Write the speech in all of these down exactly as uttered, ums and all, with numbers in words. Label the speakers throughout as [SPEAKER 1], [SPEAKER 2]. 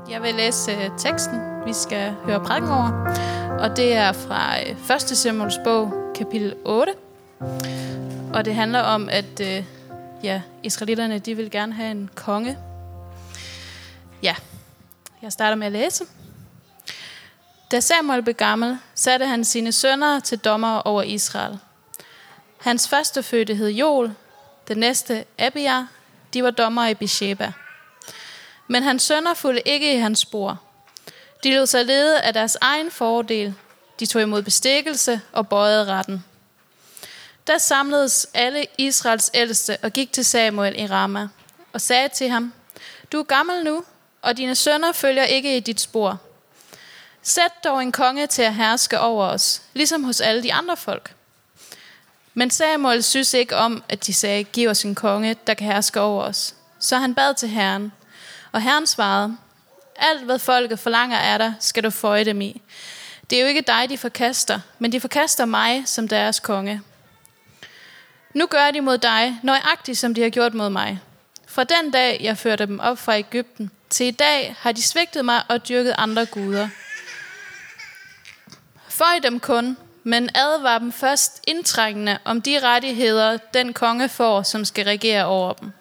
[SPEAKER 1] Jeg vil læse uh, teksten, vi skal høre prædiken over, og det er fra uh, første Samuels bog, kapitel otte. Og det handler om, at uh, ja, israelitterne de vil gerne have en konge. Ja, jeg starter med at læse. Da Samuel blev gammel, satte han sine sønner til dommer over Israel. Hans førstefødte hed Joel, den næste Abia, de var dommer i Besheba. Men hans sønner fulgte ikke i hans spor. De lod sig lede af deres egen fordel. De tog imod bestikkelse og bøjede retten. Der samledes alle Israels ældste og gik til Samuel i Rama og sagde til ham, du er gammel nu, og dine sønner følger ikke i dit spor. Sæt dog en konge til at herske over os, ligesom hos alle de andre folk. Men Samuel synes ikke om, at de sagde, giv os en konge, der kan herske over os. Så han bad til Herren. Og Herren svarede, alt hvad folket forlanger af dig, skal du føje dem i. Det er jo ikke dig, de forkaster, men de forkaster mig som deres konge. Nu gør de mod dig, nøjagtigt som de har gjort mod mig. Fra den dag, jeg førte dem op fra Egypten, til i dag har de svigtet mig og dyrket andre guder. Føj dem kun, men advar dem først indtrængende om de rettigheder, den konge får, som skal regere over dem.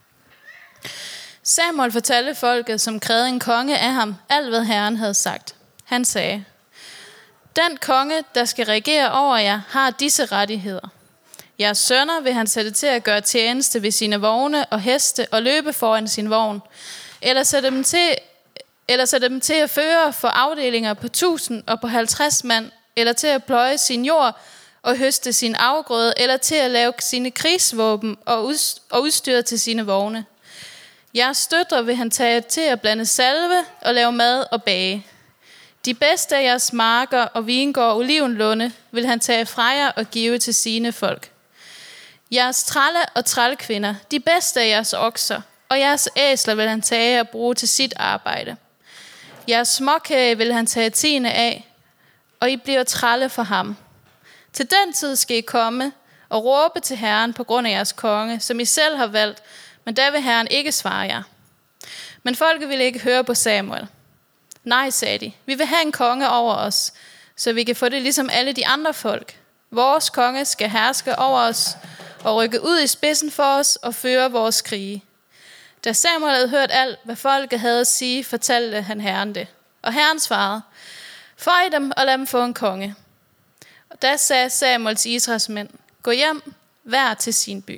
[SPEAKER 1] Samuel fortalte folket, som krævede en konge af ham, alt hvad Herren havde sagt. Han sagde, den konge, der skal regere over jer, har disse rettigheder. Jeres sønner vil han sætte til at gøre tjeneste ved sine vogne og heste og løbe foran sin vogn, eller sætte dem til, eller sætte dem til at føre for afdelinger på tusind og på halvtreds mand, eller til at pløje sin jord og høste sin afgrøde, eller til at lave sine krigsvåben og udstyr til sine vogne. Jeres støtter vil han tage til at blande salve og lave mad og bage. De bedste af jeres marker og vingård og olivenlunde vil han tage fra jer og give til sine folk. Jeres trælle og trælkvinder, de bedste af jeres okser, og jeres æsler vil han tage og bruge til sit arbejde. Jeres småkage vil han tage tiende af, og I bliver trælle for ham. Til den tid skal I komme og råbe til Herren på grund af jeres konge, som I selv har valgt, men der vil Herren ikke svare jer. Men folket ville ikke høre på Samuel. Nej, sagde de, vi vil have en konge over os, så vi kan få det ligesom alle de andre folk. Vores konge skal herske over os og rykke ud i spidsen for os og føre vores krige. Da Samuel havde hørt alt, hvad folket havde at sige, fortalte han Herren det. Og Herren svarede, føj dem og lad dem få en konge. Og da sagde Samuel til Israels mænd, gå hjem, hver til sin by.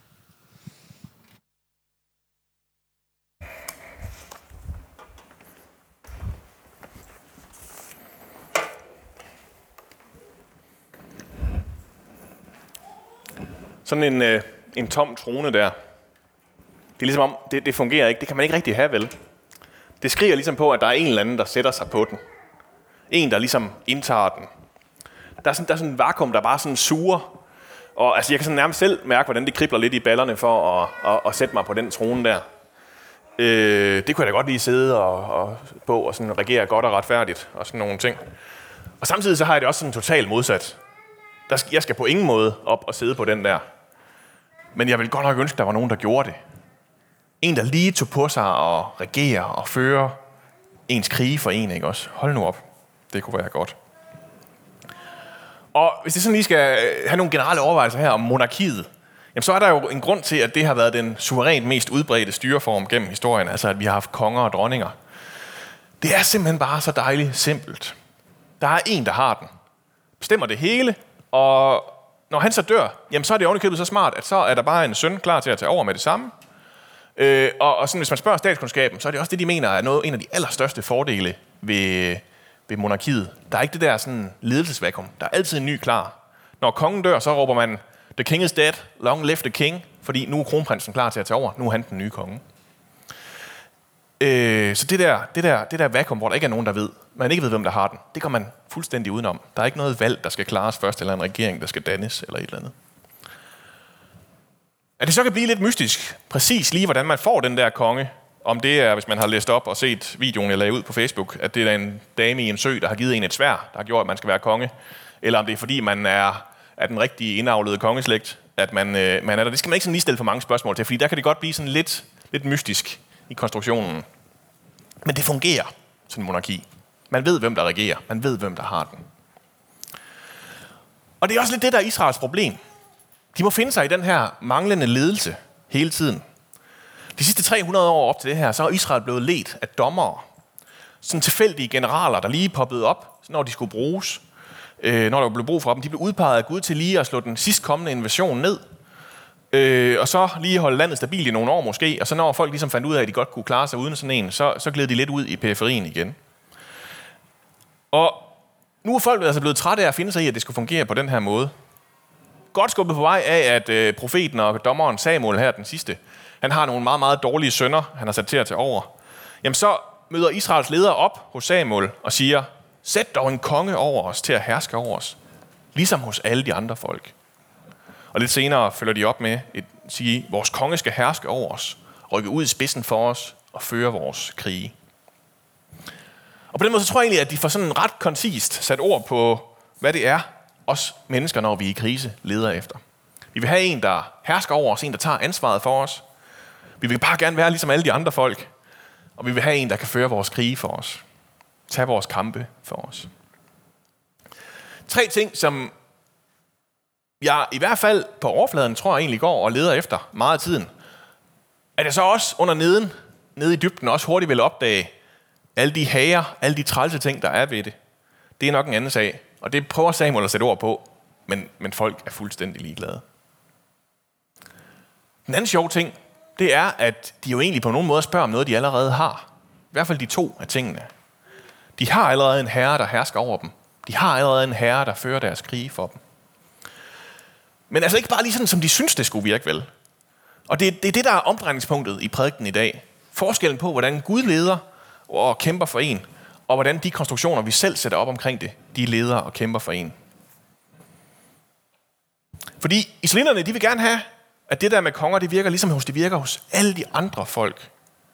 [SPEAKER 2] Sådan en, øh, en tom trone der. Det er ligesom om, det, det fungerer ikke. Det kan man ikke rigtig have, vel? Det skriger ligesom på, at der er en eller anden, der sætter sig på den. En, der ligesom indtager den. Der er sådan, der er sådan en vakuum, der bare sådan suger. Og altså, jeg kan sådan nærmest selv mærke, hvordan det kribler lidt i ballerne for at, at, at sætte mig på den trone der. Øh, det kunne jeg da godt lige sidde og, og på og sådan regere godt og retfærdigt og sådan nogle ting. Og samtidig så har jeg det også sådan totalt modsat. Der skal, jeg skal på ingen måde op og sidde på den der. Men jeg vil godt nok ønske, at der var nogen, der gjorde det. En, der lige tog på sig og regere og føre ens krige for en, ikke også? Hold nu op. Det kunne være godt. Og hvis det sådan lige skal have nogle generelle overvejelser her om monarkiet, jamen så er der jo en grund til, at det har været den suverænt mest udbredte styreform gennem historien, altså at vi har haft konger og dronninger. Det er simpelthen bare så dejligt simpelt. Der er en, der har den. Bestemmer det hele, og når han så dør, jamen så er det ovenikøbet så smart, at så er der bare en søn klar til at tage over med det samme. Øh, og og sådan, hvis man spørger statskundskaben, så er det også det, de mener er noget, en af de allerstørste fordele ved, ved monarkiet. Der er ikke det der sådan ledelsesvakuum. Der er altid en ny klar. Når kongen dør, så råber man, the king is dead, long live the king, fordi nu er kronprinsen klar til at tage over. Nu er han den nye konge. Øh, så det der, det, der, det der vakuum, hvor der ikke er nogen, der ved, man ikke ved, hvem der har den, det går man fuldstændig udenom. Der er ikke noget valg, der skal klares først, eller en regering, der skal dannes, eller et eller andet. At det så kan blive lidt mystisk, præcis lige hvordan man får den der konge, om det er, hvis man har læst op og set videoen, jeg lagde ud på Facebook, at det er en dame i en sø, der har givet en et sværd, der har gjort, at man skal være konge, eller om det er fordi, man er, er den rigtige indavlede kongeslægt, at man, øh, man er der. Det skal man ikke sådan lige stille for mange spørgsmål til, fordi der kan det godt blive sådan lidt, lidt mystisk i konstruktionen. Men det fungerer, sådan en monarki. Man ved, hvem der regerer. Man ved, hvem der har den. Og det er også lidt det, der er Israels problem. De må finde sig i den her manglende ledelse hele tiden. De sidste tre hundrede år op til det her, så er Israel blevet ledt af dommere. Sådan tilfældige generaler, der lige poppede op, når de skulle bruges. Øh, når der blev brug for dem. De blev udpeget af Gud til lige at slå den sidst kommende invasion ned. Øh, og så lige holde landet stabilt i nogle år måske. Og så når folk ligesom fandt ud af, at de godt kunne klare sig uden sådan en, så, så gled de lidt ud i periferien igen. Og nu er folk altså blevet trætte af at finde sig i, at det skulle fungere på den her måde. Godt skubbet på vej af, at øh, profeten og dommeren Samuel her, den sidste, han har nogle meget, meget dårlige sønner, han har sat til at tage over. Jamen så møder Israels leder op hos Samuel og siger, sæt dog en konge over os til at herske over os, ligesom hos alle de andre folk. Og lidt senere følger de op med at sige, vores konge skal herske over os, rykke ud i spidsen for os og føre vores krige. Og på den måde så tror jeg egentlig, at de får sådan ret koncist sat ord på, hvad det er, os mennesker, når vi er i krise, leder efter. Vi vil have en, der hersker over os, en, der tager ansvaret for os. Vi vil bare gerne være ligesom alle de andre folk. Og vi vil have en, der kan føre vores krige for os. Tage vores kampe for os. Tre ting, som jeg i hvert fald på overfladen, tror jeg egentlig går og leder efter meget af tiden. At jeg så også under neden, nede i dybden, også hurtigt vil opdage alle de hager, alle de trælse ting, der er ved det. Det er nok en anden sag. Og det prøver Samuel at sætte ord på, men, men folk er fuldstændig ligeglade. Den anden sjove ting, det er, at de jo egentlig på nogen måde spørger om noget, de allerede har. I hvert fald de to af tingene. De har allerede en herre, der hersker over dem. De har allerede en herre, der fører deres krige for dem. Men altså ikke bare lige sådan, som de synes, det skulle virke vel. Og det, det er det, der er omdrejningspunktet i prædiken i dag. Forskellen på, hvordan Gud leder og kæmper for en, og hvordan de konstruktioner, vi selv sætter op omkring det, de leder og kæmper for en. Fordi israelitterne, de vil gerne have, at det der med konger, det virker ligesom hos det virker hos alle de andre folk.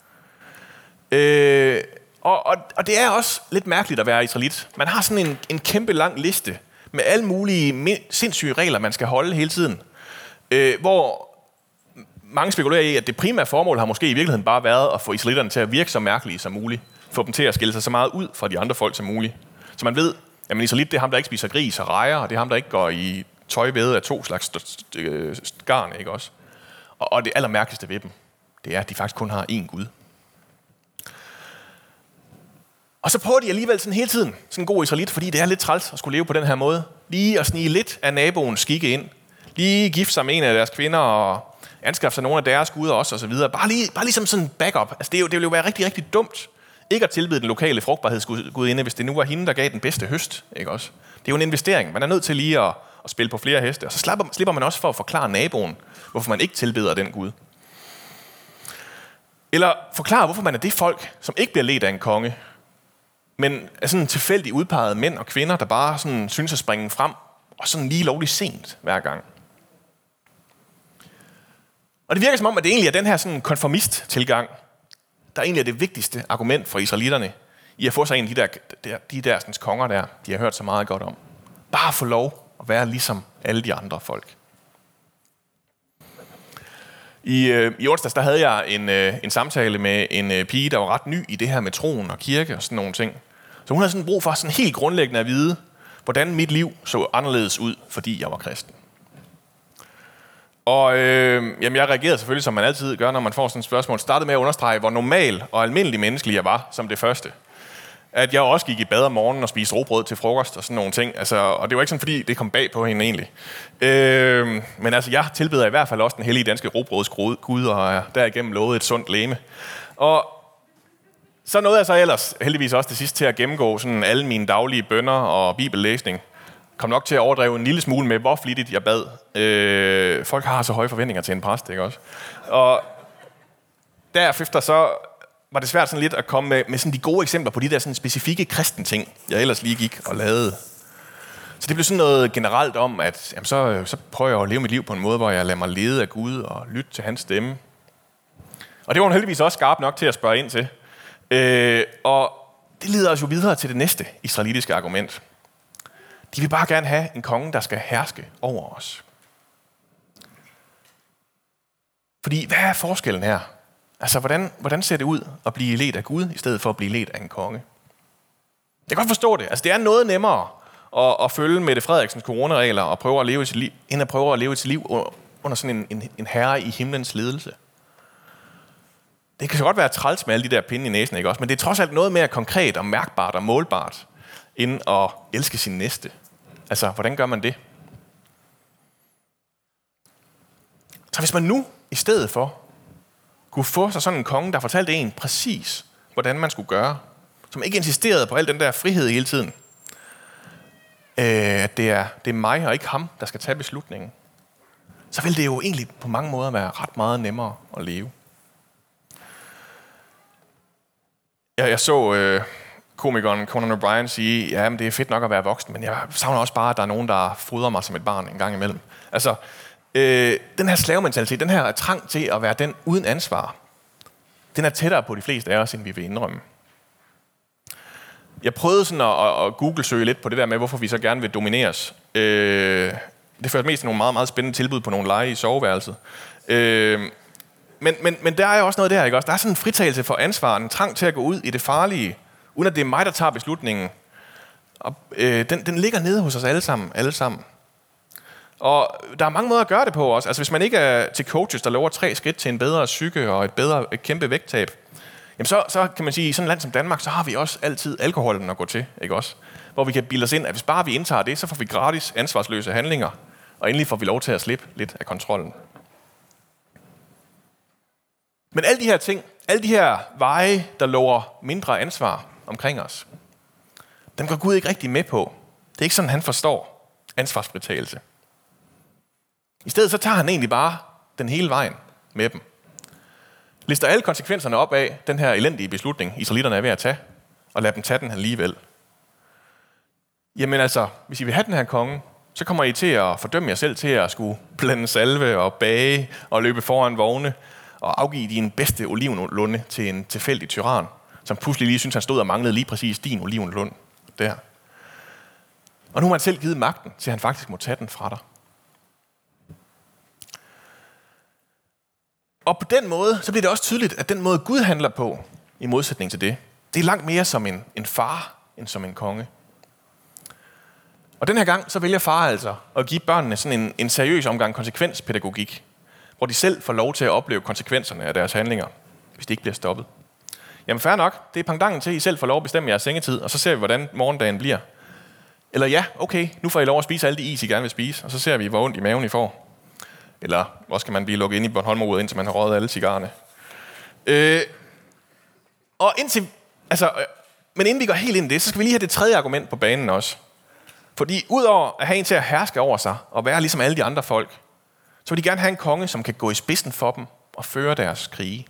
[SPEAKER 2] Øh, og, og, og det er også lidt mærkeligt at være israelit. Man har sådan en, en kæmpe lang liste med alle mulige sindssyge regler, man skal holde hele tiden. Øh, hvor mange spekulerer i, at det primære formål har måske i virkeligheden bare været at få israelitterne til at virke så mærkelige som muligt. Få dem til at skille sig så meget ud fra de andre folk som muligt. Så man ved, at israelit, det er ham, der ikke spiser gris og rejer, og det er ham, der ikke går i tøj ved af to slags garn, ikke også? Og, og det allermærkeligste ved dem, det er, at de faktisk kun har én Gud. Og så prøver de alligevel sådan hele tiden, sådan en god israelit, fordi det er lidt træls at skulle leve på den her måde. Lige at snige lidt af naboens skikke ind. Lige gifte sig med en af deres kvinder og anskaffe sig nogle af deres guder også, og så videre. Bare, lige, bare ligesom sådan en backup. Altså det, er jo, det ville jo være rigtig, rigtig dumt ikke at tilbede den lokale frugtbarhedsgudinde, hvis det nu var hende, der gav den bedste høst. Ikke også? Det er jo en investering. Man er nødt til lige at, at spille på flere heste. Og så slipper, slipper man også for at forklare naboen, hvorfor man ikke tilbeder den gud. Eller forklare, hvorfor man er det folk, som ikke bliver ledt af en konge, men er sådan tilfældigt udpegede mænd og kvinder, der bare sådan synes at springe frem, og sådan lige lovligt sent hver gang. Og det virker som om, at det egentlig er den her sådan konformist-tilgang, der egentlig er det vigtigste argument for israelitterne, i at få sig en af de der, der, de der sådan, konger der, de har hørt så meget godt om. Bare få lov at være ligesom alle de andre folk. I, øh, i onsdags, der havde jeg en, øh, en samtale med en øh, pige, der var ret ny i det her med troen og kirke og sådan nogle ting. Så hun havde sådan brug for sådan helt grundlæggende at vide, hvordan mit liv så anderledes ud, fordi jeg var kristen. Og øh, jamen, jeg reagerede selvfølgelig, som man altid gør, når man får sådan et spørgsmål. Startede med at understrege, hvor normal og almindelig menneskelig jeg var som det første. At jeg også gik i bad om morgenen og spiste rugbrød til frokost og sådan nogle ting. Altså, og det var ikke sådan, fordi det kom bag på hende egentlig. Øh, men altså, jeg tilbeder i hvert fald også den hellige danske rugbrøds Gud, og er derigennem lovet et sundt legeme. Og så nåede jeg så ellers heldigvis også det sidste til at gennemgå sådan alle mine daglige bønner og bibellæsning. Kom nok til at overdrive en lille smule med, hvor flittigt jeg bad. Øh, folk har så høje forventninger til en præst, ikke også? Og derefter så var det svært sådan lidt at komme med, med sådan de gode eksempler på de der sådan specifikke kristen ting, jeg ellers lige gik og lavede. Så det blev sådan noget generelt om, at jamen, så, så prøver jeg at leve mit liv på en måde, hvor jeg lader mig lede af Gud og lytte til hans stemme. Og det var hun heldigvis også skarp nok til at spørge ind til. Øh, og det leder os jo videre til det næste israelitiske argument. De vil bare gerne have en konge, der skal herske over os. Fordi hvad er forskellen her? Altså, hvordan, hvordan ser det ud at blive ledt af Gud, i stedet for at blive ledt af en konge? Jeg kan godt forstå det. Altså, det er noget nemmere at, at følge Mette Frederiksens coronaregler og prøve at leve sit liv, end at prøve at leve sit liv under sådan en, en, en herre i himlens ledelse. Det kan så godt være træls med alle de der pinde i næsen, ikke også? Men det er trods alt noget mere konkret og mærkbart og målbart, end at elske sin næste. Altså, hvordan gør man det? Så hvis man nu, i stedet for, kunne få sig sådan en konge, der fortalte en præcis, hvordan man skulle gøre, som ikke insisterede på al den der frihed hele tiden, øh, at det er, det er mig og ikke ham, der skal tage beslutningen, så vil det jo egentlig på mange måder være ret meget nemmere at leve. Jeg, jeg så øh, komikeren Conan O'Brien sige, ja, men det er fedt nok at være voksen, men jeg savner også bare, at der er nogen, der fodrer mig som et barn en gang imellem. Altså, øh, den her slavementalitet, den her trang til at være den uden ansvar, den er tættere på de fleste af os, end vi vil indrømme. Jeg prøvede sådan at, at google-søge lidt på det der med, hvorfor vi så gerne vil domineres. Øh, det fører mest til nogle meget, meget spændende tilbud på nogle lege i soveværelset. Øh, men, men, men der er jo også noget der, ikke også? Der er sådan en fritagelse for ansvar, en trang til at gå ud i det farlige, uden at det er mig, der tager beslutningen. Og, øh, den, den ligger nede hos os alle sammen, alle sammen. Og der er mange måder at gøre det på også. Altså hvis man ikke er til coaches, der lover tre skridt til en bedre psyke og et bedre et kæmpe vægttab, jamen så, så kan man sige, i sådan et land som Danmark, så har vi også altid alkoholen at gå til, ikke også? Hvor vi kan bilde os ind, at hvis bare vi indtager det, så får vi gratis ansvarsløse handlinger, og endelig får vi lov til at slippe lidt af kontrollen. Men alle de her ting, alle de her veje, der lover mindre ansvar omkring os, dem går Gud ikke rigtig med på. Det er ikke sådan, han forstår ansvarsfritagelse. I stedet så tager han egentlig bare den hele vejen med dem. Lister alle konsekvenserne op af den her elendige beslutning, israelitterne er ved at tage, og lader dem tage den alligevel. Jamen altså, hvis I vil have den her konge, så kommer I til at fordømme jer selv til at skulle blande salve og bage og løbe foran vogne og afgive din bedste olivenlunde til en tilfældig tyran, som pludselig lige synes, han stod og manglede lige præcis din olivenlund der. Og nu har han selv givet magten til, at han faktisk må tage den fra dig. Og på den måde, så bliver det også tydeligt, at den måde Gud handler på, i modsætning til det, det er langt mere som en, en far, end som en konge. Og den her gang, så vælger far altså at give børnene sådan en, en seriøs omgang konsekvenspædagogik, hvor de selv får lov til at opleve konsekvenserne af deres handlinger, hvis de ikke bliver stoppet. Jamen fair nok, det er pangdangen til, at I selv får lov at bestemme jeres sengetid, og så ser vi, hvordan morgendagen bliver. Eller ja, okay, nu får I lov at spise alle de is, I gerne vil spise, og så ser vi, hvor ondt i maven I får. Eller også kan man blive lukket ind i Bornholmeruret, indtil man har røget alle cigarerne. Øh, og indtil, altså, øh, men inden vi går helt ind i det, så skal vi lige have det tredje argument på banen også. Fordi udover at have en til at herske over sig, og være ligesom alle de andre folk, så vil de gerne have en konge, som kan gå i spidsen for dem, og føre deres krige.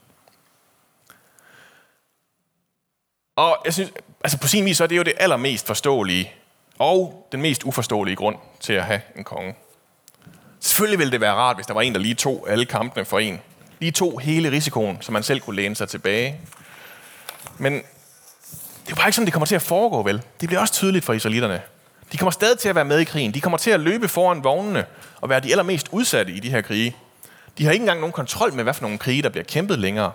[SPEAKER 2] Og jeg synes, altså på sin vis, så er det jo det allermest forståelige, og den mest uforståelige grund til at have en konge. Selvfølgelig ville det være rart, hvis der var en, der lige tog alle kampene for en. Lige tog hele risikoen, så man selv kunne læne sig tilbage. Men det er jo bare ikke sådan, det kommer til at foregå, vel? Det bliver også tydeligt for israelitterne. De kommer stadig til at være med i krigen. De kommer til at løbe foran vognene og være de allermest udsatte i de her krige. De har ikke engang nogen kontrol med, hvad for nogle krige, der bliver kæmpet længere.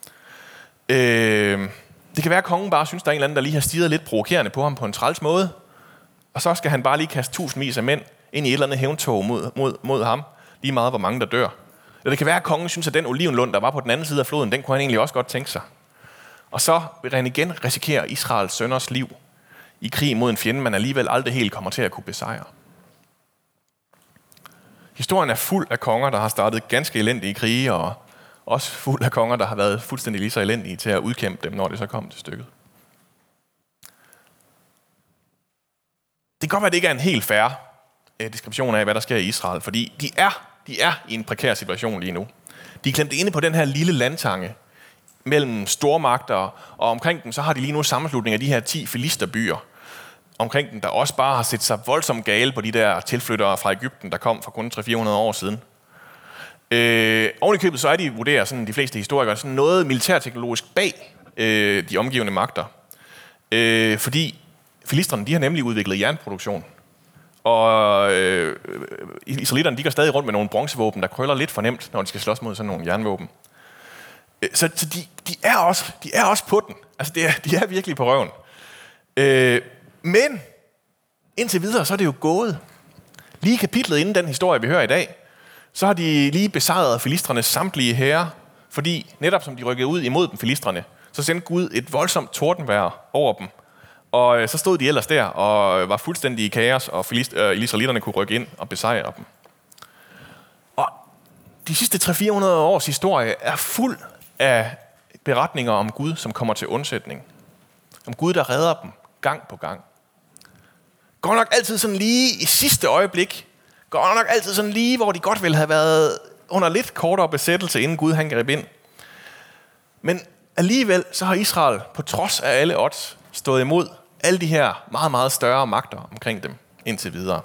[SPEAKER 2] Øh, det kan være, at kongen bare synes, der er en eller anden, der lige har stirret lidt provokerende på ham på en træls måde. Og så skal han bare lige kaste tusindvis af mænd ind i et eller andet hævntog mod, mod, mod ham, lige meget hvor mange der dør. Eller det kan være, at kongen synes, at den olivenlund, der var på den anden side af floden, den kunne han egentlig også godt tænke sig. Og så vil han igen risikere Israels sønners liv i krig mod en fjende, man alligevel aldrig helt kommer til at kunne besejre. Historien er fuld af konger, der har startet ganske elendige krige, og også fuld af konger, der har været fuldstændig lige så elendige til at udkæmpe dem, når det så kom til stykket. Det kan godt være, at det ikke er en helt fair deskription af, hvad der sker i Israel, fordi de er, de er i en prekær situation lige nu. De er klemt inde på den her lille landtange mellem stormagter, og omkring dem så har de lige nu en sammenslutning af de her ti filisterbyer. Omkring dem, der også bare har set sig voldsomt gale på de der tilflyttere fra Egypten, der kom for kun tre hundrede til fire hundrede år siden. Øh, oven i købet så er de, vurderer sådan de fleste historikere, sådan noget militærteknologisk bag øh, de omgivende magter. Øh, fordi filisterne, de har nemlig udviklet jernproduktion. Og øh, israelitterne, de går stadig rundt med nogle bronzevåben, der krøller lidt for nemt, når de skal slås mod sådan nogle jernvåben. Så, så de, de, er også, de er også på den. Altså, det er, de er virkelig på røven. Øh, men indtil videre, så er det jo gået. Lige kapitlet inden den historie, vi hører i dag, så har de lige besejret filistrenes samtlige hære, fordi netop som de rykkede ud imod dem, filistrene, så sendte Gud et voldsomt tordenvejr over dem. Og øh, så stod de ellers der og var fuldstændig i kaos, og filist- øh, israelitterne kunne rykke ind og besejre dem. Og de sidste tre til fire hundrede års historie er fuld af beretninger om Gud, som kommer til undsætning. Om Gud, der redder dem gang på gang. Går nok altid sådan lige i sidste øjeblik. Går nok altid sådan lige, hvor de godt ville have været under lidt kortere besættelse, inden Gud han greb ind. Men alligevel så har Israel, på trods af alle odds, stået imod alle de her meget, meget større magter omkring dem indtil videre.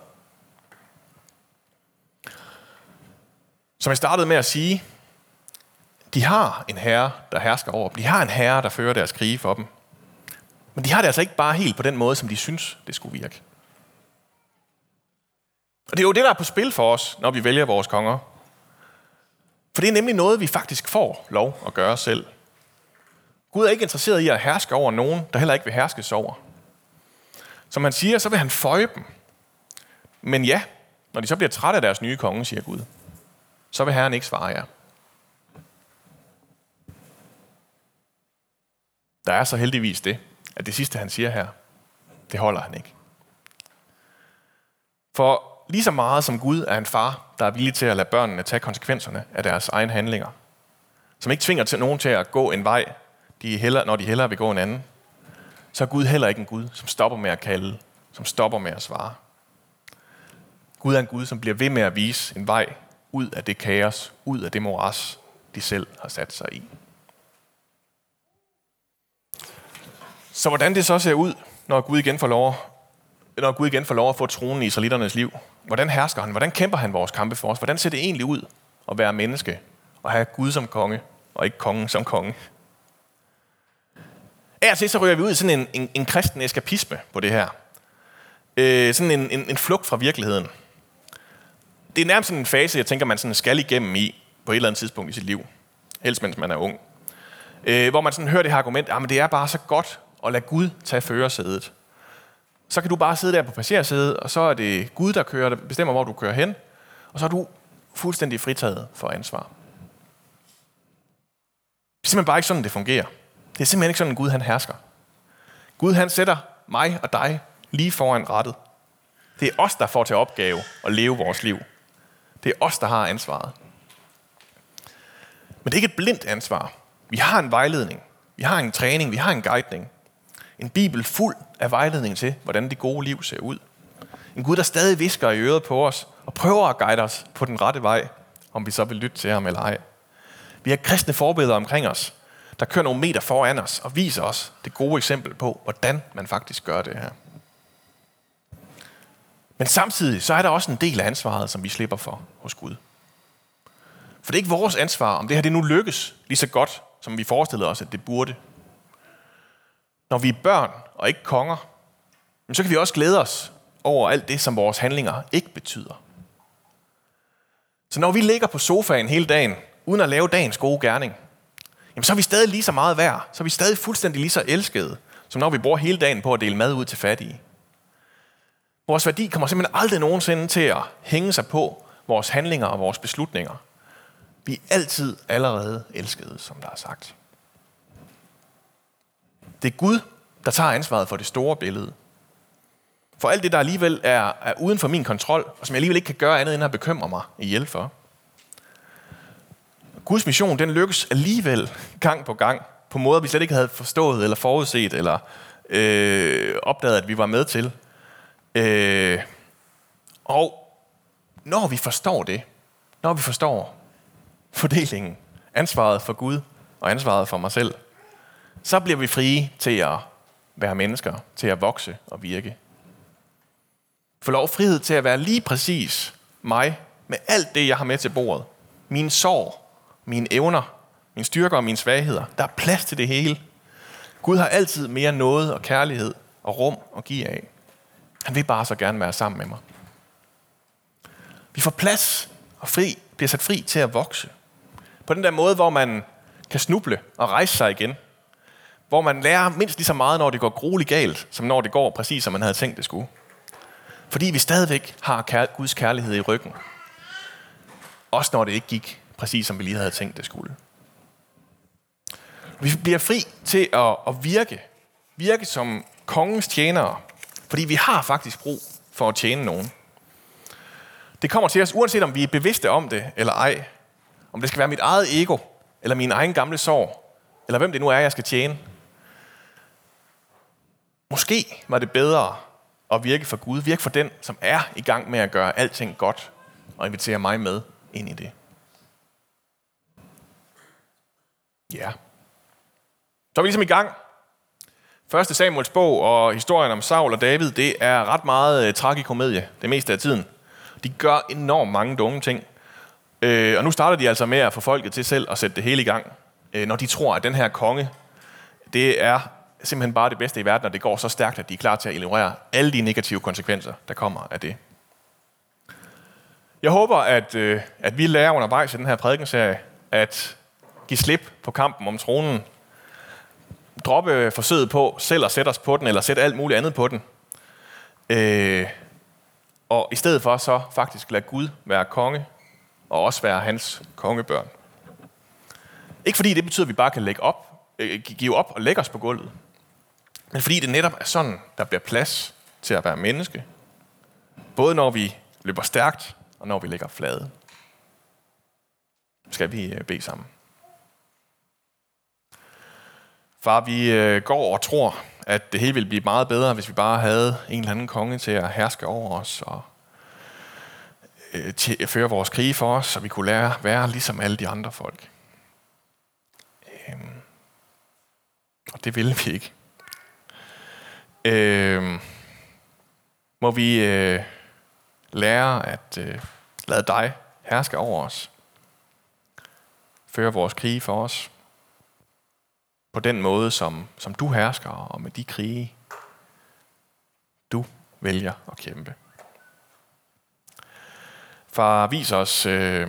[SPEAKER 2] Som jeg startede med at sige, de har en herre, der hersker over dem. De har en herre, der fører deres krige for dem. Men de har det altså ikke bare helt på den måde, som de synes, det skulle virke. Og det er jo det, der er på spil for os, når vi vælger vores konger. For det er nemlig noget, vi faktisk får lov at gøre selv. Gud er ikke interesseret i at herske over nogen, der heller ikke vil herskes over. Som han siger, så vil han føje dem. Men ja, når de så bliver trætte af deres nye konge, siger Gud, så vil Herren ikke svare jer. Der er så heldigvis det, at det sidste, han siger her, det holder han ikke. For lige så meget som Gud er en far, der er villig til at lade børnene tage konsekvenserne af deres egne handlinger, som ikke tvinger til nogen til at gå en vej, de hellere, når de hellere vil gå en anden, så er Gud heller ikke en Gud, som stopper med at kalde, som stopper med at svare. Gud er en Gud, som bliver ved med at vise en vej ud af det kaos, ud af det moras, de selv har sat sig i. Så hvordan det så ser ud, når Gud igen får lov, når Gud igen får lov at få tronen i israelitternes liv? Hvordan hersker han? Hvordan kæmper han vores kampe for os? Hvordan ser det egentlig ud at være menneske og have Gud som konge og ikke kongen som konge? Af og til så ryger vi ud i sådan en, en, en kristen eskapisme på det her. Øh, sådan en, en, en flugt fra virkeligheden. Det er nærmest sådan en fase, jeg tænker, man sådan skal igennem i på et eller andet tidspunkt i sit liv. Helst mens man er ung. Øh, hvor man sådan hører det her argument, at det er bare så godt at lade Gud tage førersædet. Så kan du bare sidde der på passagersædet, og så er det Gud, der kører, der bestemmer, hvor du kører hen, og så er du fuldstændig fritaget for ansvar. Det er simpelthen bare ikke sådan, det fungerer. Det er simpelthen ikke sådan, Gud han hersker. Gud han sætter mig og dig lige foran rattet. Det er os, der får til opgave at leve vores liv. Det er os, der har ansvaret. Men det er ikke et blindt ansvar. Vi har en vejledning. Vi har en træning. Vi har en guidning. En bibel fuld af vejledning til, hvordan det gode liv ser ud. En Gud, der stadig visker i øret på os og prøver at guide os på den rette vej, om vi så vil lytte til ham eller ej. Vi har kristne forbilleder omkring os, der kører nogle meter foran os og viser os det gode eksempel på, hvordan man faktisk gør det her. Men samtidig så er der også en del af ansvaret, som vi slipper for hos Gud. For det er ikke vores ansvar, om det her det nu lykkes lige så godt, som vi forestillede os, at det burde. Når vi er børn og ikke konger, så kan vi også glæde os over alt det, som vores handlinger ikke betyder. Så når vi ligger på sofaen hele dagen, uden at lave dagens gode gerning, jamen så er vi stadig lige så meget værd. Så er vi stadig fuldstændig lige så elskede, som når vi bruger hele dagen på at dele mad ud til fattige. Vores værdi kommer simpelthen aldrig nogensinde til at hænge sig på vores handlinger og vores beslutninger. Vi er altid allerede elskede, som der er sagt. Det er Gud, der tager ansvaret for det store billede. For alt det, der alligevel er, er uden for min kontrol, og som jeg alligevel ikke kan gøre andet end at bekymre mig ihjel for. Guds mission, den lykkes alligevel gang på gang, på måder, vi slet ikke havde forstået, eller forudset, eller øh, opdaget, at vi var med til. Øh, og når vi forstår det, når vi forstår fordelingen, ansvaret for Gud og ansvaret for mig selv, så bliver vi frie til at være mennesker, til at vokse og virke. Få lov frihed til at være lige præcis mig, med alt det, jeg har med til bordet. Mine sorg, mine evner, mine styrker og mine svagheder. Der er plads til det hele. Gud har altid mere nåde og kærlighed og rum at give af. Han vil bare så gerne være sammen med mig. Vi får plads og fri, bliver sat fri til at vokse. På den der måde, hvor man kan snuble og rejse sig igen. Hvor man lærer mindst lige så meget, når det går grueligt galt, som når det går præcis, som man havde tænkt, det skulle. Fordi vi stadigvæk har kær- Guds kærlighed i ryggen. Også når det ikke gik præcis, som vi lige havde tænkt, det skulle. Vi bliver fri til at, at virke. Virke som kongens tjenere. Fordi vi har faktisk brug for at tjene nogen. Det kommer til os, uanset om vi er bevidste om det eller ej. Om det skal være mit eget ego, eller min egen gamle sorg, eller hvem det nu er, jeg skal tjene. Måske var det bedre at virke for Gud. Virke for den, som er i gang med at gøre alting godt, og invitere mig med ind i det. Ja. Så er vi ligesom i gang. Første Samuels bog og historien om Saul og David, det er ret meget uh, tragikomedie det meste af tiden. De gør enormt mange dumme ting. Uh, og nu starter de altså med at få folket til selv at sætte det hele i gang. Uh, når de tror, at den her konge, det er simpelthen bare det bedste i verden, og det går så stærkt, at de er klar til at ignorere alle de negative konsekvenser, der kommer af det. Jeg håber, at, uh, at vi lærer undervejs i den her prædikenserie, at give slip på kampen om tronen. Droppe forsøget på selv at sætte os på den, eller sætte alt muligt andet på den. Øh, og i stedet for så faktisk lade Gud være konge, og også være hans kongebørn. Ikke fordi det betyder, at vi bare kan lægge op, øh, give op og lægge os på gulvet. Men fordi det netop er sådan, der bliver plads til at være menneske. Både når vi løber stærkt, og når vi ligger flade. Skal vi bede sammen. Far, vi øh, går og tror, at det hele ville blive meget bedre, hvis vi bare havde en eller anden konge til at herske over os og øh, til at føre vores krige for os, så vi kunne lære at være ligesom alle de andre folk. Øhm. Og det ville vi ikke. Øhm. Må vi øh, lære at øh, lade dig herske over os. Føre vores krige for os. På den måde, som, som du hersker, og med de krige, du vælger at kæmpe. Far, vis os øh,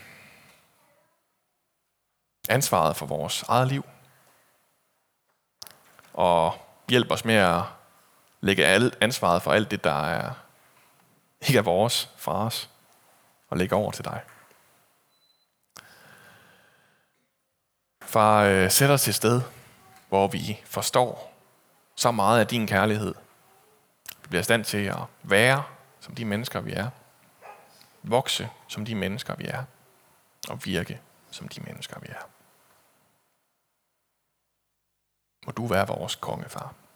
[SPEAKER 2] ansvaret for vores eget liv, og hjælp os med at lægge alt ansvaret for alt det, der er, ikke er vores, fra os, og lægge over til dig. Far, øh, sæt os til sted, hvor vi forstår så meget af din kærlighed. Vi bliver i stand til at være som de mennesker, vi er. Vokse som de mennesker, vi er. Og virke som de mennesker, vi er. Må du være vores konge, far.